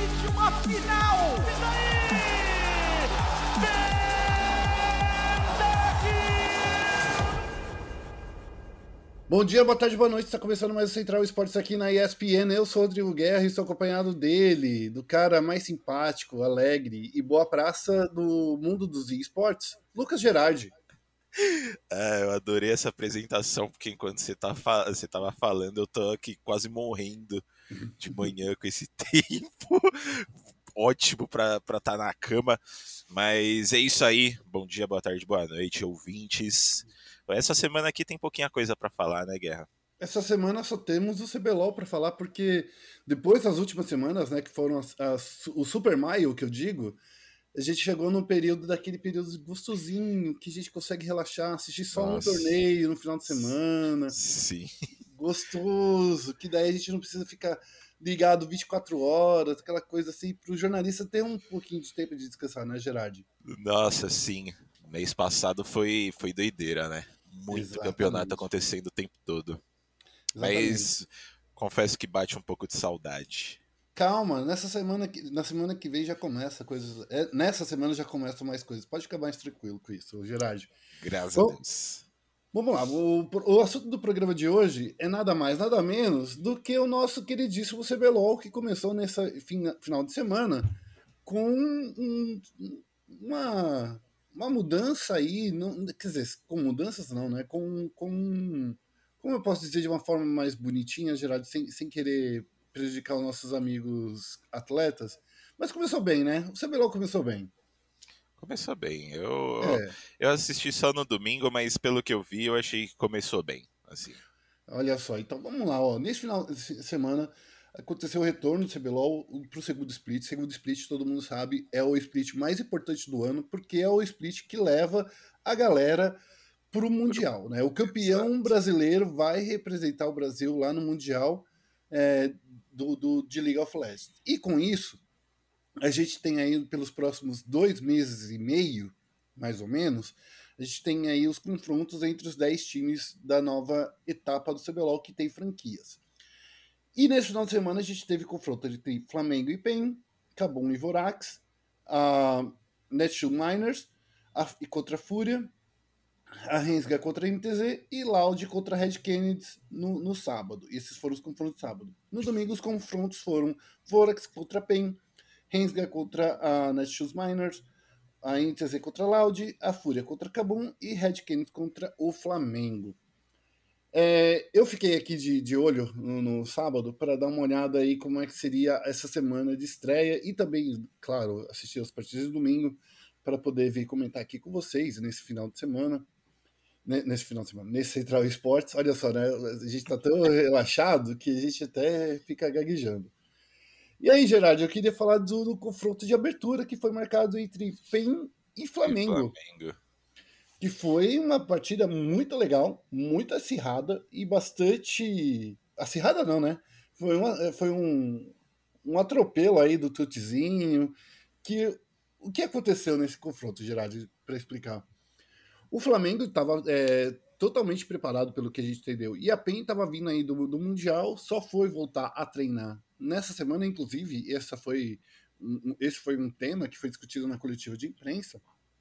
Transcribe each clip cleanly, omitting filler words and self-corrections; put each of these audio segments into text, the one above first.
existe uma final! E daí? Bom dia, boa tarde, boa noite. Está começando mais o Central Esportes aqui na ESPN. Eu sou o Rodrigo Guerra e estou acompanhado dele, do cara mais simpático, alegre e boa praça do mundo dos esportes, Lucas Gerardi. Eu adorei essa apresentação, porque enquanto você tava falando, eu tô aqui quase morrendo de manhã com esse tempo. Ótimo pra estar na cama. Mas é isso aí. Bom dia, boa tarde, boa noite, ouvintes. Essa semana aqui tem pouquinha coisa pra falar, né, Guerra? Essa semana só temos o CBLOL para falar, porque depois das últimas semanas, né, que foram o Super Mario, que eu digo, a gente chegou num período, daquele período gostosinho, que a gente consegue relaxar, assistir só um Nossa. torneio no final de semana. Sim. Gostoso, que daí a gente não precisa ficar ligado 24 horas, aquela coisa assim, para o jornalista ter um pouquinho de tempo de descansar, né, Gerard? Nossa, sim. Mês passado foi doideira, né? Muito campeonato acontecendo o tempo todo. Exatamente. Mas confesso que bate um pouco de saudade. Calma, na semana que vem já começa coisas. Nessa semana já começam mais coisas. Pode ficar mais tranquilo com isso, Gerard. Graças a Deus. Vamos lá, o assunto do programa de hoje é nada mais, nada menos do que o nosso queridíssimo CBLOL, que começou nessa final de semana com uma mudança aí, não, quer dizer, com mudanças não, né? Como eu posso dizer de uma forma mais bonitinha, Gerard, sem querer prejudicar os nossos amigos atletas, mas começou bem, né? O CBLOL começou bem. Começou bem. Eu assisti só no domingo, mas pelo que eu vi, eu achei que começou bem. Assim. Olha só, então vamos lá, ó. Nesse final de semana aconteceu o retorno do CBLOL para o segundo split. Segundo split, todo mundo sabe, é o split mais importante do ano, porque é o split que leva a galera para o Mundial, né? O campeão brasileiro vai representar o Brasil lá no Mundial de League of Legends. E com isso, a gente tem aí, pelos próximos 2 meses e meio, mais ou menos, a gente tem aí os confrontos entre os 10 times da nova etapa do CBLOL que tem franquias. E nesse final de semana a gente teve confronto entre Flamengo e PEN, Kabum e Vorax, a Netshoes Miners contra a Fúria, a Rensga contra a MTZ e Loud contra a Red Kennedy no sábado. Esses foram os confrontos sábado. No domingo os confrontos foram Vorax contra a PEN, Rensga contra a Netshoes Miners, a NTZ contra a Loud, a Fúria contra a Kabum e Red Kennedy contra o Flamengo. Eu fiquei aqui de olho no sábado para dar uma olhada aí como é que seria essa semana de estreia e também, claro, assistir as partidas de domingo para poder vir comentar aqui com vocês nesse final de semana. Nesse Central Esportes. Olha só, né? A gente tá tão relaxado que a gente até fica gaguejando. E aí, Gerard, eu queria falar do confronto de abertura que foi marcado entre PEN e Flamengo. Que foi uma partida muito legal, muito acirrada e bastante. Acirrada não, né? Foi um atropelo aí do Tutezinho. O que aconteceu nesse confronto, Gerard, para explicar? O Flamengo estava totalmente preparado pelo que a gente entendeu. E a PEN estava vindo aí do Mundial, só foi voltar a treinar nessa semana, inclusive, esse foi um tema que foi discutido na coletiva de imprensa.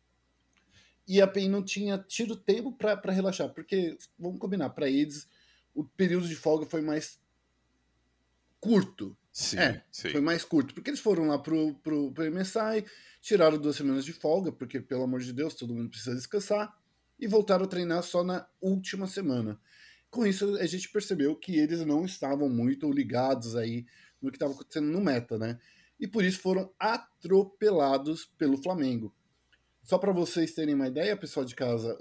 E a PEN não tinha tido tempo para relaxar, porque, vamos combinar, para eles o período de folga foi mais curto. Sim. Foi mais curto, porque eles foram lá pro MSI, tiraram 2 semanas de folga, porque, pelo amor de Deus, todo mundo precisa descansar, e voltaram a treinar só na última semana. Com isso, a gente percebeu que eles não estavam muito ligados aí no que estava acontecendo no meta, né? E por isso foram atropelados pelo Flamengo. Só para vocês terem uma ideia, pessoal de casa,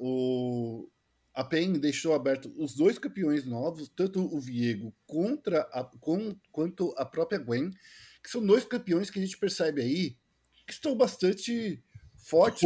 a PEN deixou aberto os 2 campeões novos, tanto o Viego quanto a própria Gwen, que são 2 campeões que a gente percebe aí que estão bastante fortes.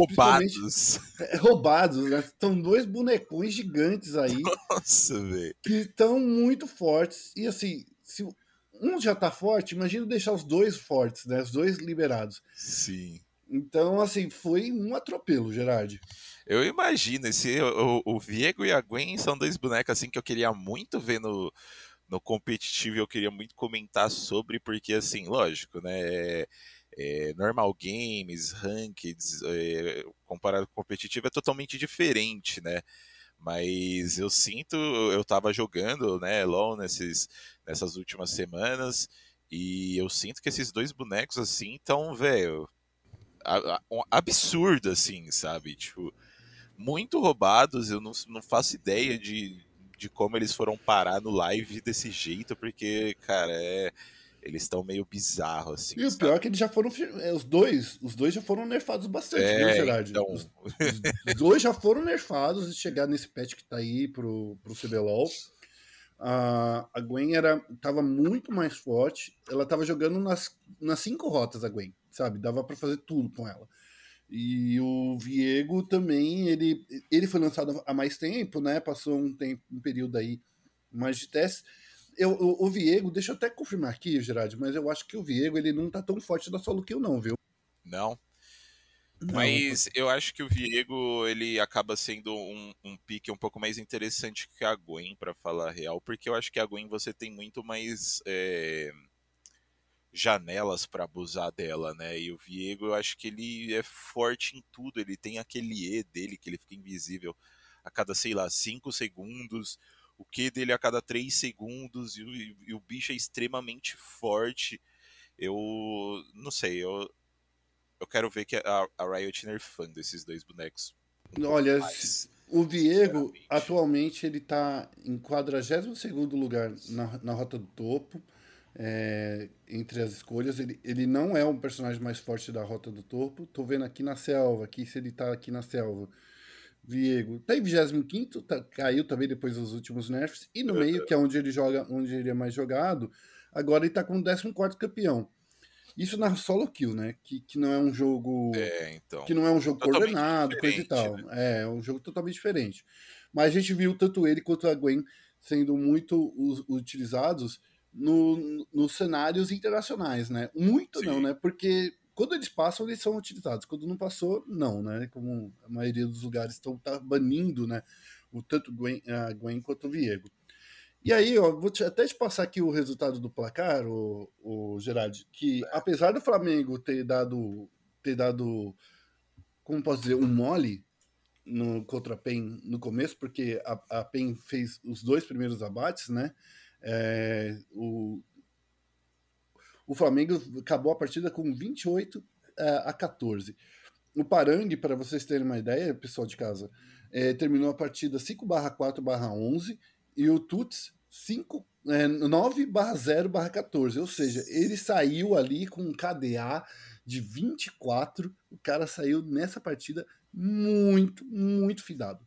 Roubados, né? São 2 bonecões gigantes aí. Nossa, velho. Que estão muito fortes. E assim, se um já tá forte, imagina deixar os 2 fortes, né? Os 2 liberados. Sim. Então, assim, foi um atropelo, Gerard. Eu imagino, o Viego e a Gwen são 2 bonecos assim que eu queria muito ver no competitivo eu queria muito comentar sobre, porque assim, lógico, né? Normal games, rankeds, comparado com competitivo é totalmente diferente, né? Mas eu sinto, eu tava jogando, né, LoL nessas últimas semanas, e eu sinto que esses dois bonecos, assim, tão, velho, um absurdo, assim, sabe? Tipo, muito roubados, eu não faço ideia de como eles foram parar no live desse jeito, porque, cara, eles estão meio bizarros, assim, E o pior sabe? é que eles já foram. Os dois já foram nerfados bastante, viu, É, Gerard? então, Os dois já foram nerfados e chegar nesse patch que tá aí pro CBLOL. A Gwen tava muito mais forte. Ela tava jogando nas 5 rotas, a Gwen, sabe? Dava pra fazer tudo com ela. E o Viego também, ele foi lançado há mais tempo, né? Passou um período aí mais de teste. O Viego, deixa eu até confirmar aqui, Gerard, mas eu acho que o Viego ele não tá tão forte da solo kill, não, viu? não. Não. Mas eu acho que o Viego ele acaba sendo um pique um pouco mais interessante que a Gwen, pra falar a real, porque eu acho que a Gwen você tem muito mais janelas pra abusar dela, né? E o Viego eu acho que ele é forte em tudo, ele tem aquele E dele que ele fica invisível a cada, sei lá, 5 segundos, o Q dele a cada 3 segundos, e o bicho é extremamente forte. Eu não sei, eu quero ver que a Riot nerfando esses dois bonecos um pouco Olha, mais, o Viego, sinceramente. atualmente, ele tá em 42º lugar na rota do topo, entre as escolhas. Ele não é o personagem mais forte da rota do topo. Tô vendo aqui na selva, aqui se ele tá aqui na selva. Viego tá em 25º, caiu também depois dos últimos nerfs. E no meio, que é onde ele joga, onde ele é mais jogado, agora ele tá com o 14º campeão. Isso na solo kill, né? Que não é um jogo Então. que não é um jogo Totalmente coordenado, coisa e diferente, né? tal. É um jogo totalmente diferente. Mas a gente viu tanto ele quanto a Gwen sendo muito utilizados nos cenários internacionais, né? Muito não, Sim. né? Porque quando eles passam, eles são utilizados. Quando não passou, não, né? Como a maioria dos lugares estão banindo, né? O tanto a Gwen quanto o Viego. E aí, ó, até te passar aqui o resultado do placar, o Gerard, que apesar do Flamengo ter dado, como posso dizer, um mole contra a PEN no começo, porque a PEN fez os 2 primeiros abates, né? O Flamengo acabou a partida com 28 a 14. O Parangue, para vocês terem uma ideia, pessoal de casa, terminou a partida 5/4/11 e o Tuts 9/0/14. Ou seja, ele saiu ali com um KDA de 24. O cara saiu nessa partida muito, muito fidado.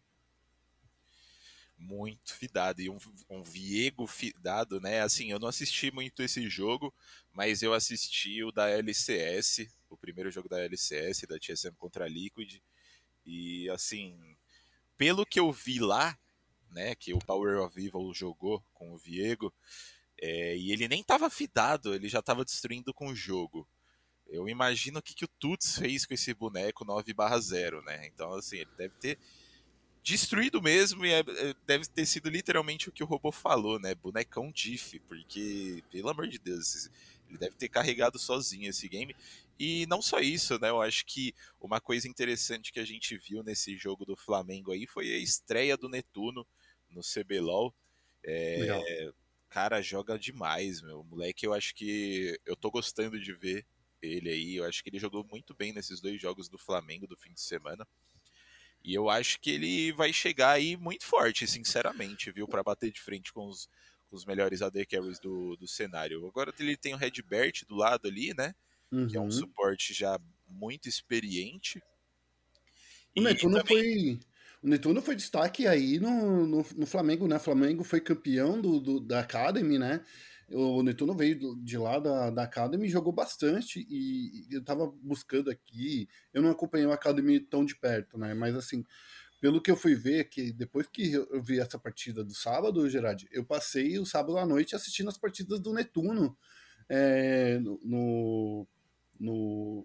Muito fidado. E um Viego fidado, né? Assim, eu não assisti muito esse jogo, mas eu assisti o da LCS, o primeiro jogo da LCS, da TSM contra a Liquid. E assim, pelo que eu vi lá, né, que o Power of Evil jogou com o Viego, e ele nem tava fidado, ele já tava destruindo com o jogo. Eu imagino o que o Tuts fez com esse boneco 9/0, né? Então, assim, ele deve ter destruído mesmo e deve ter sido literalmente o que o robô falou, né? Bonecão diff, porque, pelo amor de Deus, ele deve ter carregado sozinho esse game. E não só isso, né? Eu acho que uma coisa interessante que a gente viu nesse jogo do Flamengo aí foi a estreia do Netuno no CBLOL. Legal. Cara, joga demais, meu. O moleque, eu acho que eu tô gostando de ver ele aí. Eu acho que ele jogou muito bem nesses dois jogos do Flamengo do fim de semana. E eu acho que ele vai chegar aí muito forte, sinceramente, viu? Pra bater de frente com os melhores AD Carries do cenário. Agora ele tem o Redbert do lado ali, né? Que é um Uhum. suporte já muito experiente. O E Netuno também. foi. O Netuno foi destaque aí no Flamengo, né? O Flamengo foi campeão da Academy, né? O Netuno veio de lá da Academy e jogou bastante. E eu tava buscando aqui. Eu não acompanhei o Academy tão de perto, né? Mas assim, pelo que eu fui ver, que depois que eu vi essa partida do sábado, Gerard, eu passei o sábado à noite assistindo as partidas do Netuno no, no,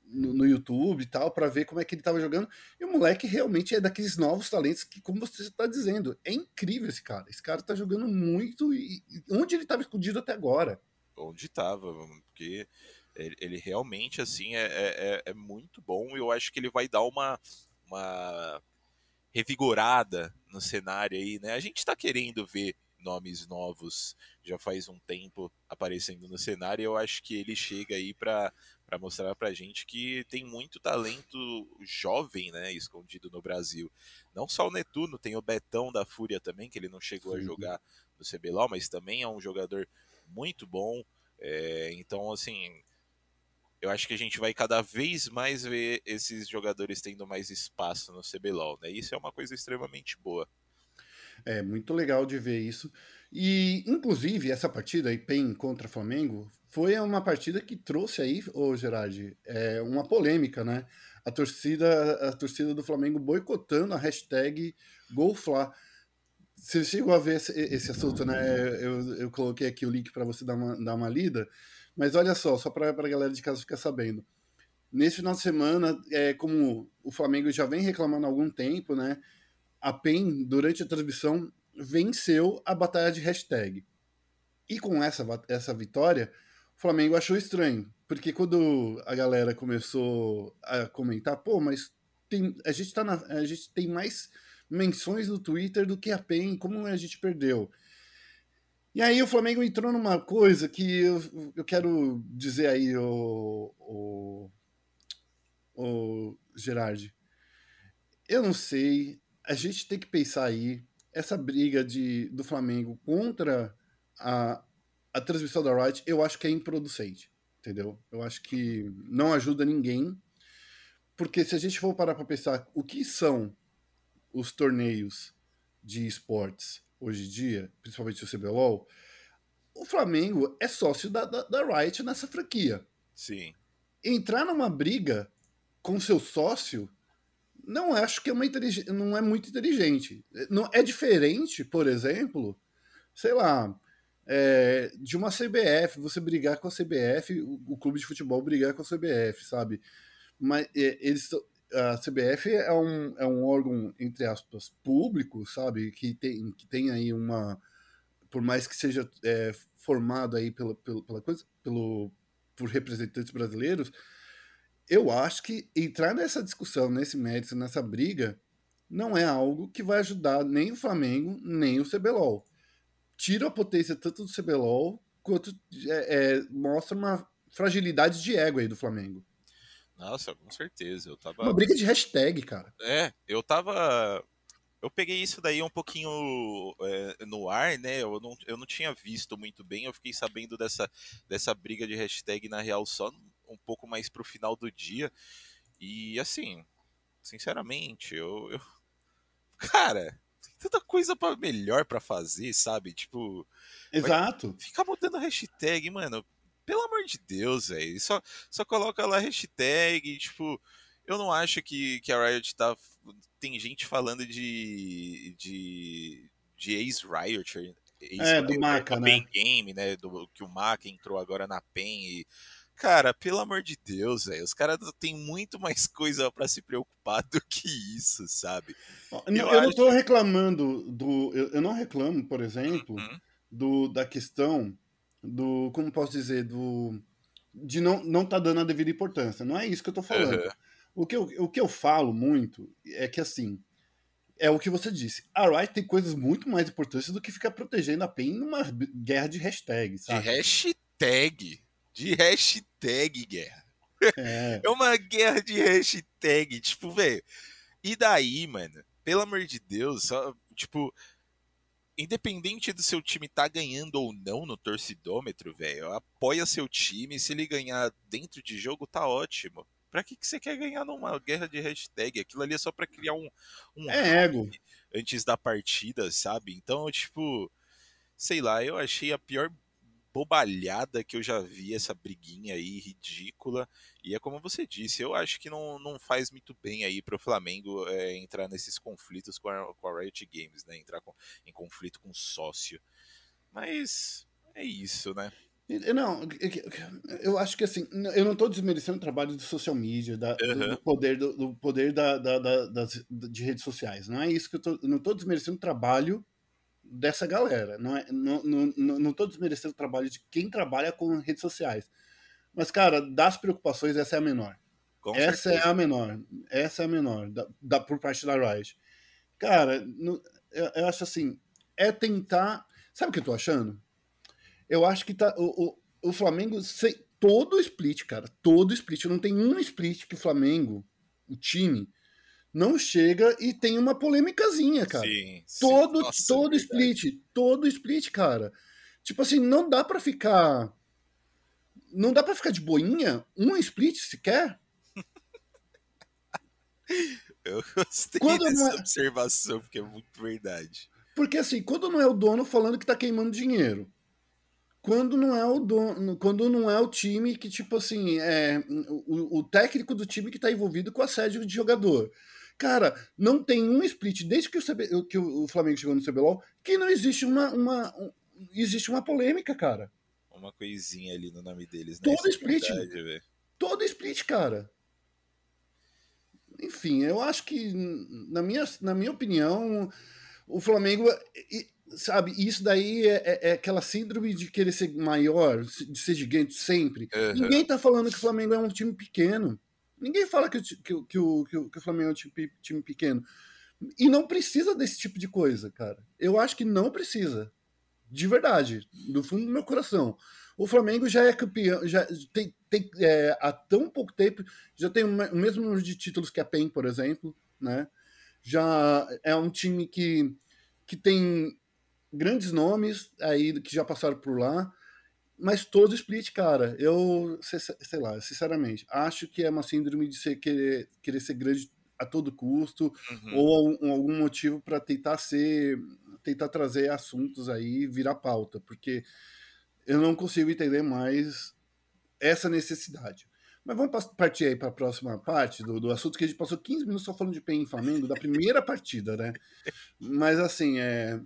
no YouTube e tal, para ver como é que ele tava jogando. E o moleque realmente é daqueles novos talentos que, como você está dizendo, é incrível esse cara. Esse cara tá jogando muito e onde ele tava escondido até agora. Onde tava, porque ele realmente, assim, é muito bom. E eu acho que ele vai dar uma revigorada no cenário aí, né? A gente tá querendo ver nomes novos já faz um tempo aparecendo no cenário, e eu acho que ele chega aí para mostrar pra gente que tem muito talento jovem, né, escondido no Brasil. Não só o Netuno, tem o Betão da Fúria também, que ele não chegou a Sim. jogar no CBLOL, mas também é um jogador muito bom. Então, assim, eu acho que a gente vai cada vez mais ver esses jogadores tendo mais espaço no CBLOL, né? Isso é uma coisa extremamente boa. É muito legal de ver isso. E, inclusive, essa partida aí, PEN contra Flamengo, foi uma partida que trouxe aí, ô Gerard, uma polêmica, né? A torcida do Flamengo boicotando a hashtag GolFla. Você chegou a ver esse assunto, né? Eu coloquei aqui o link para você dar uma lida. Mas olha só para a galera de casa ficar sabendo. Nesse final de semana, como o Flamengo já vem reclamando há algum tempo, né? A PEN, durante a transmissão, venceu a batalha de hashtag. E com essa vitória, o Flamengo achou estranho. Porque quando a galera começou a comentar, pô, mas a gente tem mais menções no Twitter do que a PEN, como a gente perdeu? E aí o Flamengo entrou numa coisa que eu quero dizer aí, o Gerard. Eu não sei. A gente tem que pensar aí. Essa briga do Flamengo contra a, a transmissão da Riot, eu acho que é improducente. Entendeu? Eu acho que não ajuda ninguém. Porque se a gente for parar para pensar o que são os torneios de esportes hoje em dia, principalmente o CBLOL, o Flamengo é sócio da Riot nessa franquia. Sim. Entrar numa briga com seu sócio não acho que não é muito inteligente. Não, é diferente, por exemplo, sei lá, de uma CBF, você brigar com a CBF, o clube de futebol brigar com a CBF, sabe? Mas a CBF é um órgão, entre aspas, público, sabe? Que tem aí uma. Por mais que seja formado aí pela coisa, por representantes brasileiros, eu acho que entrar nessa discussão, nesse mérito, nessa briga, não é algo que vai ajudar nem o Flamengo, nem o CBLOL. Tira a potência tanto do CBLOL, quanto mostra uma fragilidade de ego aí do Flamengo. Nossa, com certeza. Eu Uma tava. briga de hashtag, cara. Eu tava. Eu peguei isso daí um pouquinho no ar, né? Eu não tinha visto muito bem. Eu fiquei sabendo dessa briga de hashtag na real só um pouco mais pro final do dia. E assim, sinceramente, cara, tem tanta coisa melhor pra fazer, sabe? Tipo, vai Exato. ficar mudando hashtag, mano. Pelo amor de Deus, velho. Só coloca lá hashtag, tipo, eu não acho que a Riot tá. Tem gente falando de ex-Rioter. Do Ex-Rioter da Maca, Pain né? Game, né? Que o Maka entrou agora na Pain e. Cara, pelo amor de Deus, velho. Os caras têm muito mais coisa pra se preocupar do que isso, sabe? Eu Eu não tô acho. reclamando do. Eu não reclamo, por exemplo, Uhum, da questão do. Como posso dizer? De não tá dando a devida importância. Não é isso que eu tô falando. uhum. O que eu falo muito é que, assim, é o que você disse. A Riot tem coisas muito mais importantes do que ficar protegendo a PEN numa guerra de hashtag, De saca? hashtag. De hashtag, guerra. É, É uma guerra de hashtag. Tipo, velho. E daí, mano? Pelo amor de Deus, só, tipo, independente do seu time tá ganhando ou não no torcidômetro, velho, apoia seu time. Se ele ganhar dentro de jogo, tá ótimo. Pra que você quer ganhar numa guerra de hashtag? Aquilo ali é só pra criar um é hype ego. antes da partida, sabe? Então, tipo, sei lá, eu achei a pior bobalhada que eu já vi, essa briguinha aí ridícula. E é como você disse, eu acho que não faz muito bem aí pro Flamengo entrar nesses conflitos com a Riot Games, né? Entrar em conflito com o sócio. Mas é isso, né? Não, eu acho que assim, eu não estou desmerecendo o trabalho do social media, do Aham. poder, do poder de redes sociais. Não é isso que eu não estou desmerecendo o trabalho dessa galera. Não tô desmerecendo o trabalho de quem trabalha com redes sociais. Mas, cara, das preocupações, essa é a menor. Com Essa é certeza. a menor. Essa é a menor, por parte da Riot. Cara, eu acho assim, é tentar. Sabe o que eu tô achando? Eu acho que o Flamengo, todo split, cara, todo split. Não tem um split que o Flamengo, o time, não chega e tem uma polêmicazinha, cara. Sim, sim. Nossa, verdade. Todo split, cara. Tipo assim, não dá pra ficar. Não dá pra ficar de boinha um split sequer. Eu gostei Quando não dessa é. observação, porque é muito verdade. Porque assim, quando não é o dono falando que tá queimando dinheiro. Quando não é o dono, quando não é o time que, tipo assim, é o técnico do time que tá envolvido com assédio de jogador. Cara, não tem um split desde que que o Flamengo chegou no CBLOL que não existe existe uma polêmica, cara. Uma coisinha ali no nome deles, né? Todo Isso é split, verdade, velho. todo split, cara. Enfim, eu acho que, na minha opinião, o Flamengo, sabe, isso daí é aquela síndrome de querer ser maior, de ser gigante sempre. Aham. Ninguém tá falando que o Flamengo é um time pequeno. Ninguém fala que o Flamengo é um time pequeno. E não precisa desse tipo de coisa, cara. Eu acho que não precisa. De verdade, do fundo do meu coração. O Flamengo já é campeão, já há tão pouco tempo, já tem o mesmo número de títulos que a PEN, por exemplo, né? Já é um time que tem grandes nomes aí que já passaram por lá, mas todo split, cara, eu sei lá, sinceramente, acho que é uma síndrome de querer ser grande a todo custo, Uhum. ou algum motivo para tentar trazer assuntos aí e virar pauta, porque eu não consigo entender mais essa necessidade. Mas vamos partir aí para a próxima parte do assunto, que a gente passou 15 minutos só falando de PEN e Flamengo, da primeira partida, né? Mas assim,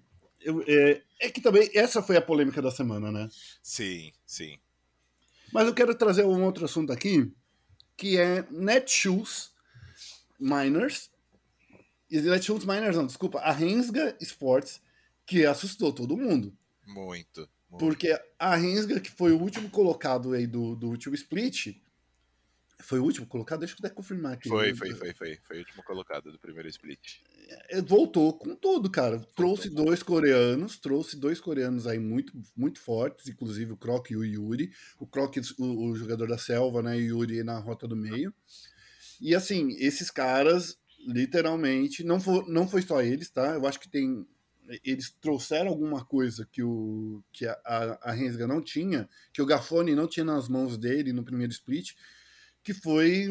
é que também essa foi a polêmica da semana, né? Sim, sim. Mas eu quero trazer um outro assunto aqui, que é Netshoes Miners. E Netshoes Miners não, desculpa, a Rensga Sports, que assustou todo mundo. Muito, muito. Porque a Rensga, que foi o último colocado aí do último split, foi o último colocado? Deixa eu até confirmar aqui. Foi o último colocado do primeiro split. Voltou com tudo, cara. Voltou com tudo. Trouxe dois coreanos aí muito fortes, inclusive o Croc e o Yuri. O Croc, o jogador da selva, né? E o Yuri na rota do meio. E assim, esses caras, literalmente, não foi só eles, tá? Eu acho que tem. Eles trouxeram alguma coisa que a Rensga não tinha, que o Gafone não tinha nas mãos dele no primeiro split, que foi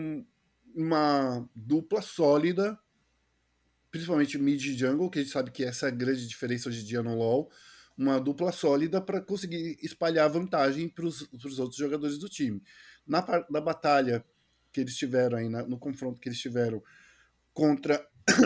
uma dupla sólida, principalmente mid e jungle, que a gente sabe que essa é a grande diferença hoje em dia no LoL, uma dupla sólida para conseguir espalhar vantagem para os outros jogadores do time. Na batalha que eles tiveram aí, no confronto que eles tiveram contra,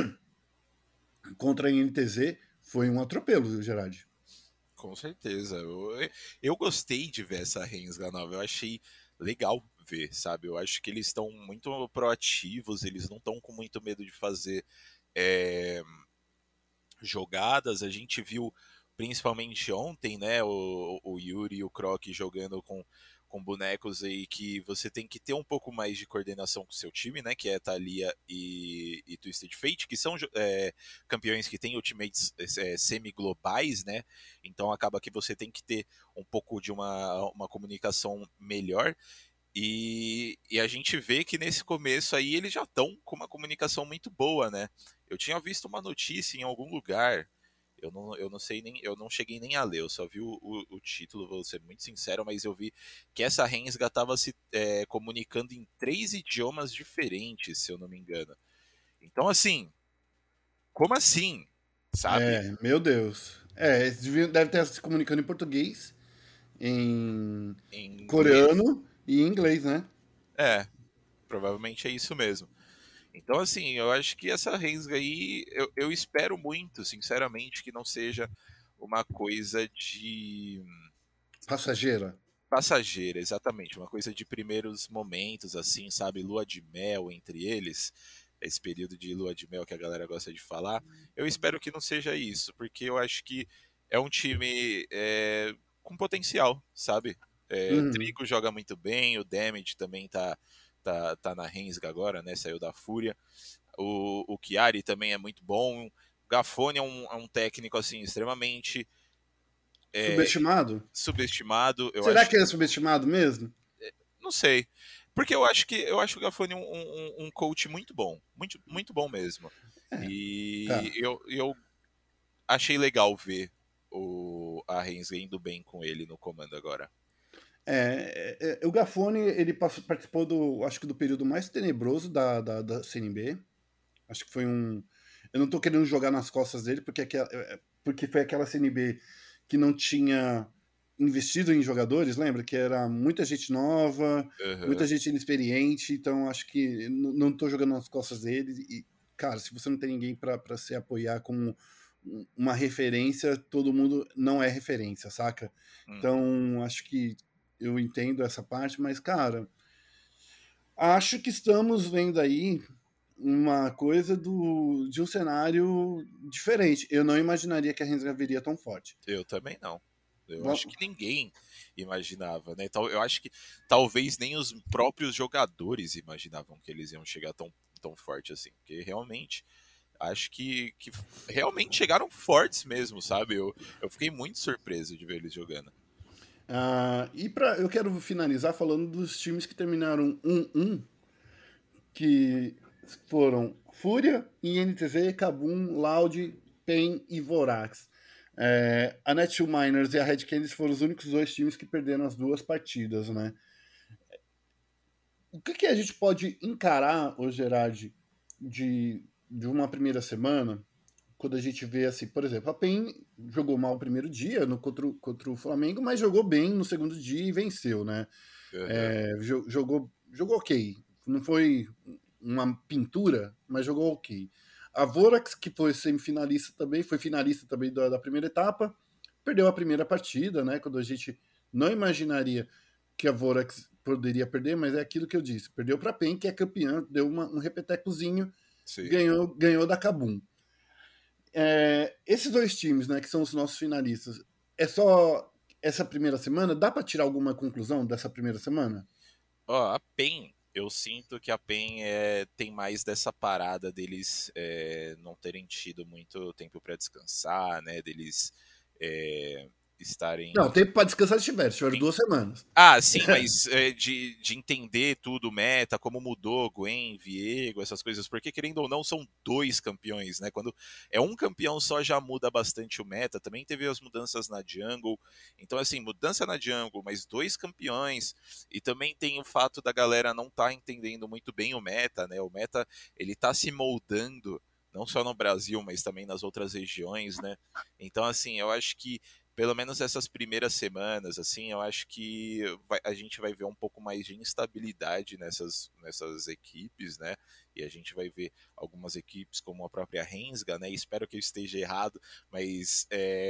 contra a NTZ, foi um atropelo, viu, Gerard? Com certeza. Eu gostei de ver essa Rensga nova. Eu achei legal ver, sabe? Eu acho que eles estão muito proativos, eles não estão com muito medo de fazer é, jogadas. A gente viu principalmente ontem, né, o Yuri e o Croc jogando com bonecos aí que você tem que ter um pouco mais de coordenação com o seu time, né, que é Thalia e Twisted Fate, que são campeões que têm ultimates semi-globais, né, então acaba que você tem que ter um pouco de uma comunicação melhor. E a gente vê que nesse começo aí eles já estão com uma comunicação muito boa, né? Eu tinha visto uma notícia em algum lugar, eu não sei nem, eu não cheguei nem a ler, eu só vi o título, vou ser muito sincero, mas eu vi que essa Rensga estava se comunicando em 3 idiomas diferentes, se eu não me engano. Então, assim, como assim? Sabe? Meu Deus. Eles devem estar se comunicando em português, em Em inglês? coreano e em inglês, né? É, provavelmente é isso mesmo. Então, assim, eu acho que essa Rensga aí, eu espero muito, sinceramente, que não seja uma coisa Passageira. Passageira, exatamente. Uma coisa de primeiros momentos, assim, sabe? Lua de mel entre eles. Esse período de lua de mel que a galera gosta de falar. Eu espero que não seja isso, porque eu acho que é um time com potencial, sabe? Uhum. Trigo joga muito bem, o Damage também tá na Rensga agora, né? Saiu da Fúria. O Chiari também é muito bom. O Gafone é um técnico, assim, extremamente é, Subestimado? subestimado. Eu Será acho que ele é subestimado mesmo? Não sei. Porque eu acho o Gafoni um coach muito bom. Muito, muito bom mesmo. É, E tá. eu achei legal ver a Rensga indo bem com ele no comando agora. O Gafone, ele participou acho que do período mais tenebroso da CNB. Acho que foi um. Eu não tô querendo jogar nas costas dele, porque foi aquela CNB que não tinha investido em jogadores, lembra? Que era muita gente nova, muita Uhum. gente inexperiente, então acho que não tô jogando nas costas dele. E, cara, se você não tem ninguém para se apoiar como uma referência, todo mundo não é referência, saca? Uhum. Então, acho que eu entendo essa parte, mas, cara, acho que estamos vendo aí uma coisa de um cenário diferente. Eu não imaginaria que a Rensga viria tão forte. Eu também não. Eu acho Bom, que ninguém imaginava, né? Então, eu acho que talvez nem os próprios jogadores imaginavam que eles iam chegar tão forte assim. Porque realmente acho que realmente chegaram fortes mesmo, sabe? Eu fiquei muito surpreso de ver eles jogando. eu quero finalizar falando dos times que terminaram 1-1, que foram Fúria, INTZ, Kabum, Loud, PEN e Vorax. A Netshoe Miners e a Red Canids foram os únicos dois times que perderam as duas partidas, né? O que a gente pode encarar, ô Gerard, de uma primeira semana, quando a gente vê assim, por exemplo, a PEN jogou mal o primeiro dia contra o Flamengo, mas jogou bem no segundo dia e venceu, né? Uhum. Jogou ok. Não foi uma pintura, mas jogou ok. A Vorax, que foi semifinalista também, foi finalista também da primeira etapa, perdeu a primeira partida, né? Quando a gente não imaginaria que a Vorax poderia perder, mas é aquilo que eu disse. Perdeu para a PEN, que é campeã, deu um repetecozinho, Sim. ganhou da Kabum. Esses dois times, né, que são os nossos finalistas, é só essa primeira semana? Dá para tirar alguma conclusão dessa primeira semana? Ó, a PEN, eu sinto que a PEN tem mais dessa parada deles não terem tido muito tempo para descansar, né? Deles é, Não, estarem. tempo para descansar tiveram 2 semanas. Ah, sim, mas de entender tudo, o meta, como mudou, Gwen, Viego, essas coisas, porque querendo ou não, são dois campeões, né? Quando é um campeão só já muda bastante o meta. Também teve as mudanças na jungle. Então, assim, mudança na jungle, mas dois campeões. E também tem o fato da galera não estar entendendo muito bem o meta, né? O meta, ele tá se moldando, não só no Brasil, mas também nas outras regiões, né? Então, assim, eu acho que pelo menos essas primeiras semanas, assim, eu acho que a gente vai ver um pouco mais de instabilidade nessas equipes, né? E a gente vai ver algumas equipes como a própria Rensga, né? Espero que eu esteja errado, mas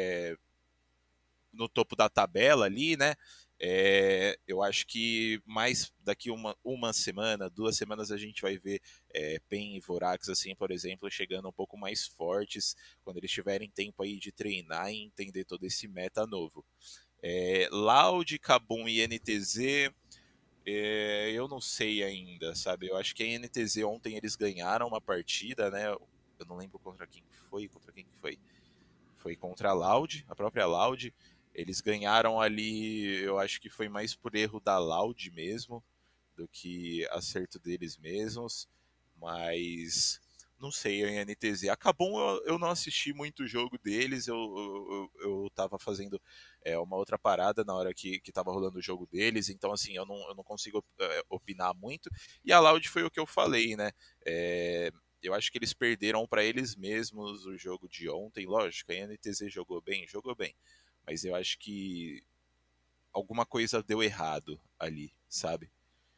no topo da tabela ali, né? Eu acho que mais daqui uma semana, 2 semanas, a gente vai ver PEN e Vorax, assim, por exemplo, chegando um pouco mais fortes quando eles tiverem tempo aí de treinar e entender todo esse meta novo. Loud, Kabum e NTZ, eu não sei ainda, sabe? Eu acho que a NTZ ontem eles ganharam uma partida, né? Eu não lembro contra quem que foi. Foi contra a Loud, a própria Loud. Eles ganharam ali, eu acho que foi mais por erro da Loud mesmo, do que acerto deles mesmos. Mas não sei, a NTZ. Acabou, eu não assisti muito o jogo deles, eu tava fazendo uma outra parada na hora que tava rolando o jogo deles, então assim, eu não consigo opinar muito. E a Loud foi o que eu falei, né? Eu acho que eles perderam para eles mesmos o jogo de ontem. Lógico, a NTZ jogou bem. Mas eu acho que alguma coisa deu errado ali, sabe?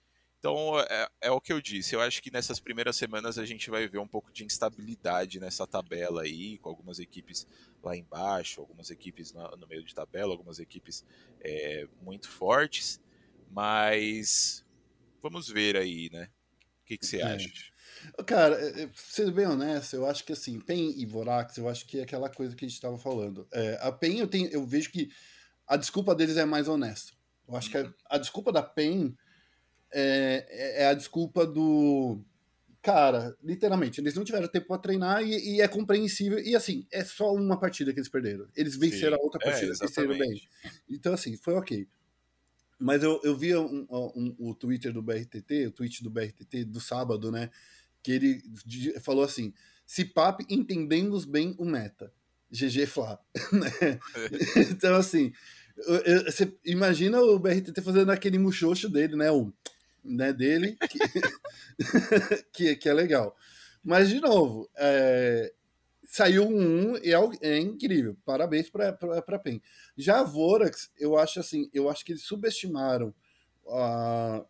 Então, é o que eu disse. Eu acho que nessas primeiras semanas a gente vai ver um pouco de instabilidade nessa tabela aí, com algumas equipes lá embaixo, algumas equipes no meio de tabela, algumas equipes muito fortes. Mas vamos ver aí, né? O que você É. acha? Cara, sendo bem honesto, eu acho que assim, PEN e Vorax, eu acho que é aquela coisa que a gente estava falando. A PEN, eu vejo que a desculpa deles é mais honesta. Eu acho que Uhum. a desculpa da PEN é a desculpa do. Cara, literalmente, eles não tiveram tempo para treinar e é compreensível. E assim, é só uma partida que eles perderam. Eles venceram Sim, a outra partida, venceram bem. exatamente. Então, assim, foi ok. Mas eu vi o Twitter do BRTT, o tweet do BRTT do sábado, né? Que ele falou assim: Cipap entendemos bem o meta. GG Flá. Né? Então, assim, você imagina o BRTT fazendo aquele muxoxo dele, né? O né, dele, que é legal. Mas, de novo, saiu um e é incrível. Parabéns para PEN. Já a Vorax, eu acho assim, eu acho que eles subestimaram a.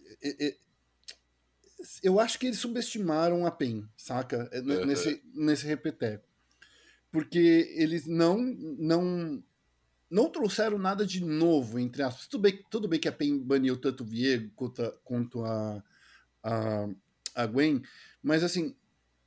Eu acho que eles subestimaram a PEN, saca? Uhum. Nesse repeteco. Porque eles não trouxeram nada de novo, entre aspas. Tudo bem que a PEN baniu tanto o Viego quanto a, a Gwen, mas assim,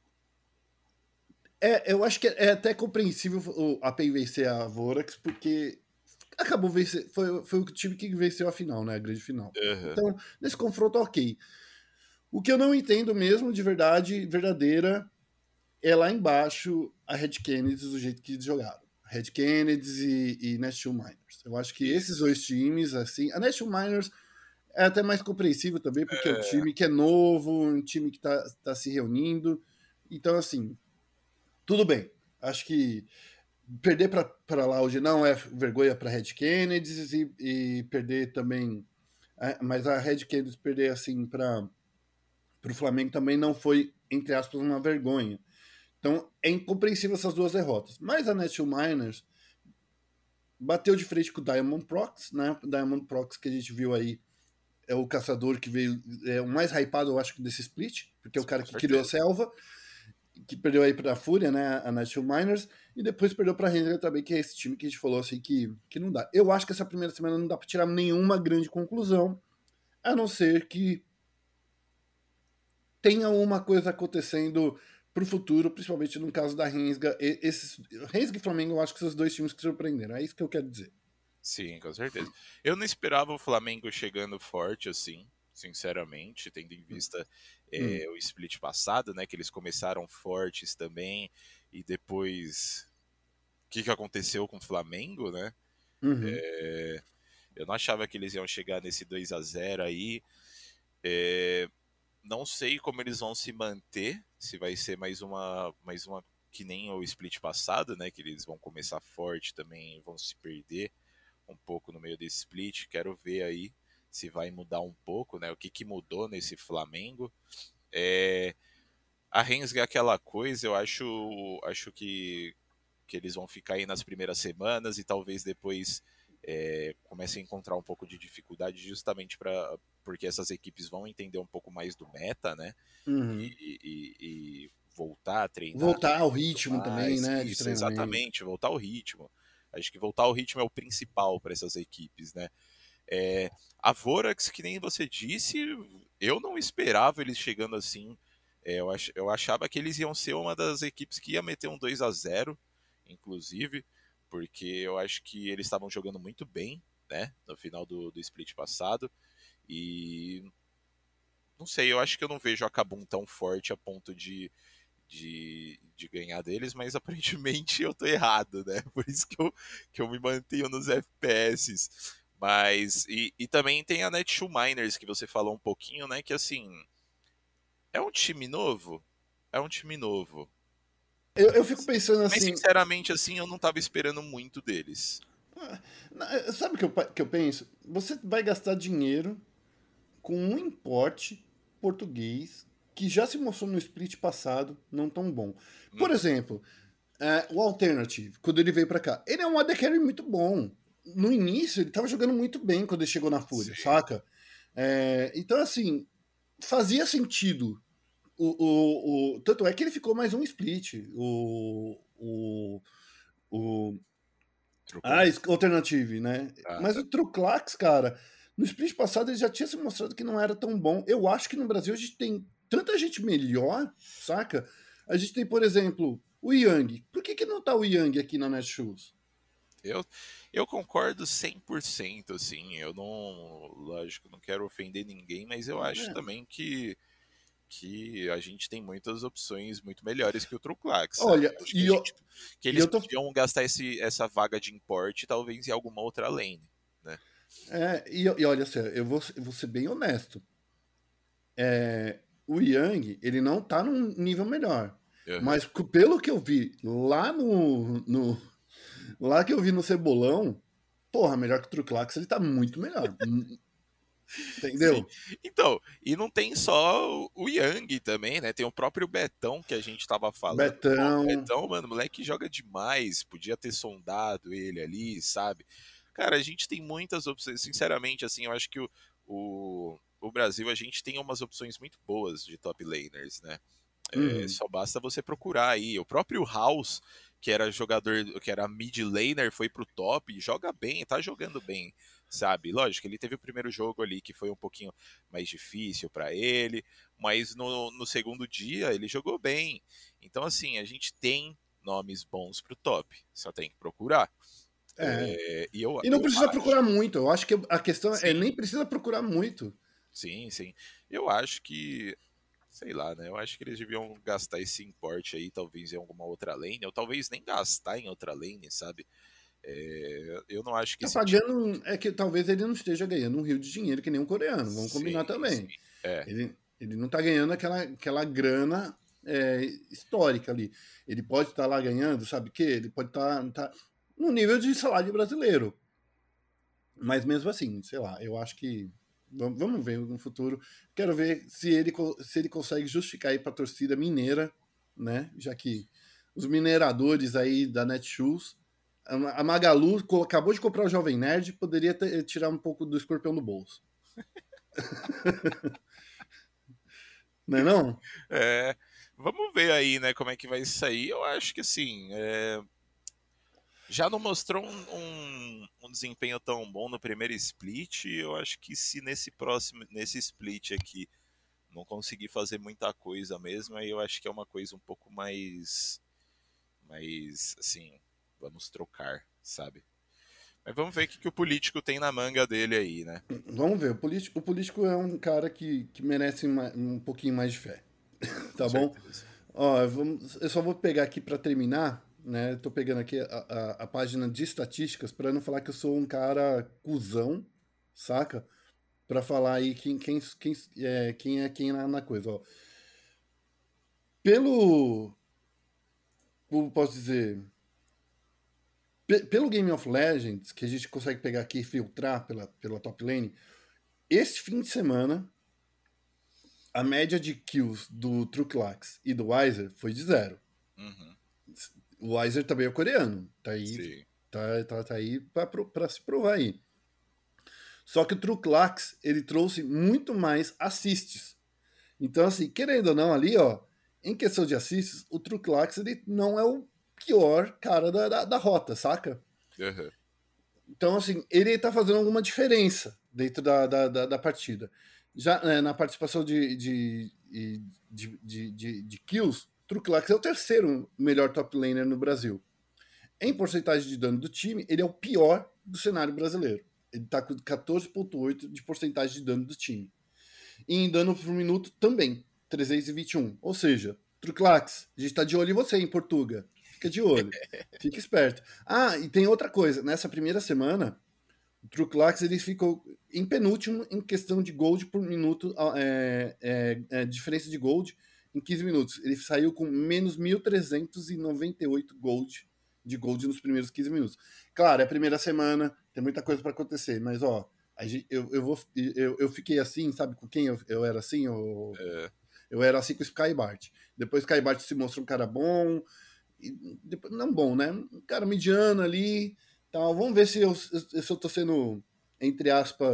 eu acho que é até compreensível a PEN vencer a Vorax, porque acabou vencer, foi o time que venceu a final, né? A grande final. Uhum. Então, nesse confronto, ok. O que eu não entendo mesmo, de verdade, verdadeira, é lá embaixo a Red Kennedy do jeito que eles jogaram. Red Kennedy e Nashville Miners. Eu acho que esses Isso. dois times, assim, a Nashville Miners é até mais compreensível também, porque é um É, time que é novo, um time que tá se reunindo. Então, assim, tudo bem. Acho que perder para Loud não é vergonha para Red Kennedy e perder também. Mas a Red Kennedy perder assim para o Flamengo também não foi, entre aspas, uma vergonha. Então é incompreensível essas duas derrotas. Mas a Nashville Miners bateu de frente com o Diamond Prox, né? O Diamond Prox que a gente viu aí é o caçador que veio, o mais hypado, eu acho, desse split, porque é o cara com que criou a certeza. selva, que perdeu aí pra Fúria, né, a Nashville Miners, e depois perdeu pra Ranger também, que é esse time que a gente falou assim, que não dá. Eu acho que essa primeira semana não dá pra tirar nenhuma grande conclusão, a não ser que tenha uma coisa acontecendo pro futuro, principalmente no caso da Rensga. Rensga e Flamengo, eu acho que são os dois times que surpreenderam, é isso que eu quero dizer. Sim, com certeza. Eu não esperava o Flamengo chegando forte assim, sinceramente, tendo em vista Hum. o split passado, né? Que eles começaram fortes também, e depois. O que aconteceu com o Flamengo, né? Uhum. Eu não achava que eles iam chegar nesse 2-0 aí. É, não sei como eles vão se manter, se vai ser mais uma que nem o split passado, né? Que eles vão começar forte também, vão se perder um pouco no meio desse split. Quero ver aí se vai mudar um pouco, né? O que mudou nesse Flamengo. É, a Rensga é aquela coisa, eu acho que eles vão ficar aí nas primeiras semanas e talvez depois comecem a encontrar um pouco de dificuldade justamente porque essas equipes vão entender um pouco mais do meta, né? Uhum. E voltar a treinar Voltar ao muito ritmo também, mais. né, de Isso, treinamento. exatamente, voltar ao ritmo. Acho que voltar ao ritmo é o principal para essas equipes, né? É, a Vorax, que nem você disse, eu não esperava eles chegando assim. Eu achava que eles iam ser uma das equipes que ia meter um 2-0, inclusive, porque eu acho que eles estavam jogando muito bem, né, no final do split passado. E não sei, eu acho que eu não vejo a Kabum tão forte a ponto de ganhar deles, mas aparentemente eu tô errado, né? Por isso que eu me mantenho nos FPS. Mas, e também tem a Netshoe Miners, que você falou um pouquinho, né? Que assim, é um time novo? É um time novo. Eu fico pensando Mas assim, sinceramente, assim, eu não tava esperando muito deles. sabe o que eu penso? Você vai gastar dinheiro com um importe português que já se mostrou no split passado não tão bom. Por Uhum, exemplo, o Alternative, quando ele veio pra cá, ele é um AD Carry muito bom. No início, ele tava jogando muito bem quando ele chegou na Fúria, sim. saca? Então, assim, fazia sentido. Tanto é que ele ficou mais um split. Alternative, né? Mas o Truclax, cara, no split passado ele já tinha se mostrado que não era tão bom. Eu acho que no Brasil a gente tem tanta gente melhor, saca? A gente tem, por exemplo, o Yang. Por que não tá o Yang aqui na Netshoes? Eu concordo 100%, assim, eu não, lógico, não quero ofender ninguém, mas eu acho também que a gente tem muitas opções muito melhores que o Truclax. Olha, Acho que eles podiam gastar essa vaga de import talvez em alguma outra lane, né? E olha, assim, eu vou ser bem honesto. O Yang, ele não tá num nível melhor. Uhum. Mas pelo que eu vi lá lá que eu vi no Cebolão, porra, melhor que o Truclax, ele tá muito melhor. Entendeu? Sim. Então, e não tem só o Yang também, né? Tem o próprio Betão que a gente tava falando. Betão. Pô, Betão, mano, o moleque joga demais. Podia ter sondado ele ali, sabe? Cara, a gente tem muitas opções. Sinceramente, assim, eu acho que o Brasil, a gente tem umas opções muito boas de top laners, né? Só basta você procurar aí. O próprio House, que era jogador, que era mid laner, foi pro top e joga bem, tá jogando bem, sabe? Lógico, ele teve o primeiro jogo ali que foi um pouquinho mais difícil para ele, mas no segundo dia ele jogou bem. Então, assim, a gente tem nomes bons pro top, só tem que procurar. E não precisa procurar muito. Eu acho que a questão é nem precisa procurar muito. Sim, sim. Eu acho que sei lá, né? Eu acho que eles deviam gastar esse import aí, talvez em alguma outra lane, ou talvez nem gastar em outra lane, sabe? Eu não acho que tá pagando. É que talvez ele não esteja ganhando um rio de dinheiro que nem um coreano, vamos combinar também. Ele não tá ganhando aquela grana histórica ali. Ele pode estar lá ganhando, sabe o quê? Ele pode estar no nível de salário brasileiro. Mas mesmo assim, sei lá, eu acho que. Vamos ver no futuro. Quero ver se ele consegue justificar aí para a torcida mineira, né? Já que os mineradores aí da Netshoes, a Magalu acabou de comprar o Jovem Nerd, poderia tirar um pouco do escorpião do bolso. Não é não? Vamos ver aí, né, como é que vai sair. Eu acho que assim, já não mostrou um desempenho tão bom no primeiro split. Eu acho que se nesse split aqui não conseguir fazer muita coisa mesmo, aí eu acho que é uma coisa um pouco mais assim, vamos trocar, sabe? Mas vamos ver o que o político tem na manga dele aí, né? Vamos ver. O político é um cara que merece um pouquinho mais de fé. Tá bom? Ó, eu só vou pegar aqui para terminar, né? Tô pegando aqui a página de estatísticas para não falar que eu sou um cara cuzão, saca? Para falar aí quem é quem na coisa, ó. Como posso dizer, pelo Game of Legends, que a gente consegue pegar aqui e filtrar pela top lane, esse fim de semana, a média de kills do Truclax e do Weiser foi de 0. Uhum. O Weiser também é coreano. Tá aí, tá aí pra se provar aí. Só que o Truclax, ele trouxe muito mais assists. Então, assim, querendo ou não, ali, ó, em questão de assists, o Truclax, ele não é o pior cara da rota, saca? Uhum. Então, assim, ele tá fazendo alguma diferença dentro da partida. Já na participação de kills, Truclax é o terceiro melhor top laner no Brasil. Em porcentagem de dano do time, ele é o pior do cenário brasileiro. Ele tá com 14,8% de porcentagem de dano do time. E em dano por minuto também, 321. Ou seja, Truclax, a gente tá de olho em você, em Portuga. Fica de olho. Fica esperto. Ah, e tem outra coisa. Nessa primeira semana, o Truclax ele ficou em penúltimo em questão de gold por minuto, diferença de gold em 15 minutos. Ele saiu com menos 1.398 de gold nos primeiros 15 minutos. Claro, é a primeira semana, tem muita coisa para acontecer, mas ó, eu fiquei assim, sabe com quem eu era assim? Eu era assim com o Skybart. Depois o Skybart se mostrou um cara bom, depois, não bom, né? Um cara mediano ali. Então, vamos ver se eu tô sendo, entre aspas,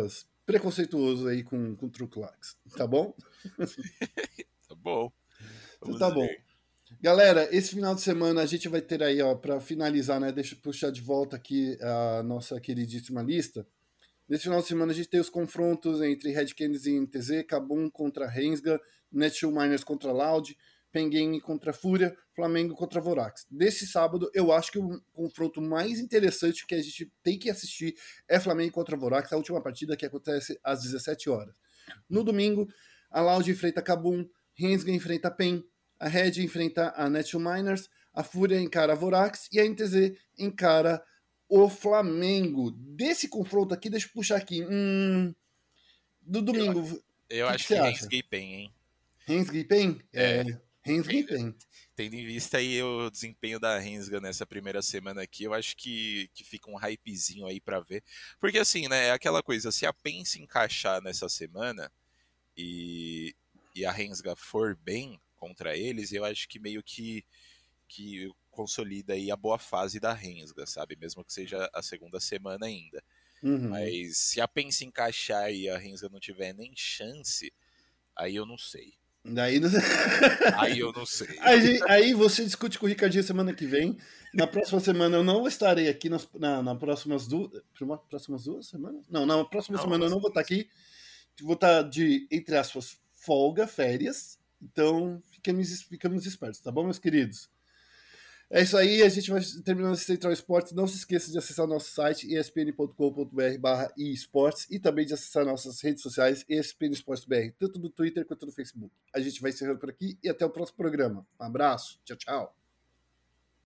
preconceituoso aí com truclax, tá bom? Tá bom. Então tá bom. Galera, esse final de semana a gente vai ter aí, ó, para finalizar, né? Deixa eu puxar de volta aqui a nossa queridíssima lista. Nesse final de semana a gente tem os confrontos entre Red Canids e NTZ, Kabum contra Rensga, Netshoe Miners contra Loud, Penguin contra Fúria, Flamengo contra Vorax. Desse sábado, eu acho que o confronto mais interessante que a gente tem que assistir é Flamengo contra Vorax, a última partida que acontece às 17 horas. No domingo, a Loud enfrenta Kabum, Rensga enfrenta Pen, a Red enfrenta a Netshoe Miners, a Fúria encara a Vorax e a NTZ encara o Flamengo. Desse confronto aqui, deixa eu puxar aqui. Do domingo. Eu acho que Rensga e Pen, hein? Rensga e Pen? Rensga e Pen. Tendo em vista aí o desempenho da Rensga nessa primeira semana aqui, eu acho que fica um hypezinho aí pra ver. Porque assim, né, é aquela coisa, se a Pen se encaixar nessa semana e a Rensga for bem contra eles, eu acho que meio que consolida aí a boa fase da Rensga, sabe? Mesmo que seja a segunda semana ainda. Uhum. Mas se a Pen se encaixar e a Rensga não tiver nem chance, aí eu não sei. Aí eu não sei. Aí você discute com o Ricardinho semana que vem. Na próxima semana eu não estarei aqui. Na próximas duas semanas? Não, na próxima semana eu não vou estar aqui. Vou estar de, entre aspas, folga, férias. Então ficamos espertos, tá bom, meus queridos? É isso aí, a gente vai terminando esse Central Esportes. Não se esqueça de acessar nosso site espn.com.br/esportes e também de acessar nossas redes sociais ESPN Esportes BR, tanto no Twitter quanto no Facebook. A gente vai encerrando por aqui e até o próximo programa. Um abraço, tchau, tchau.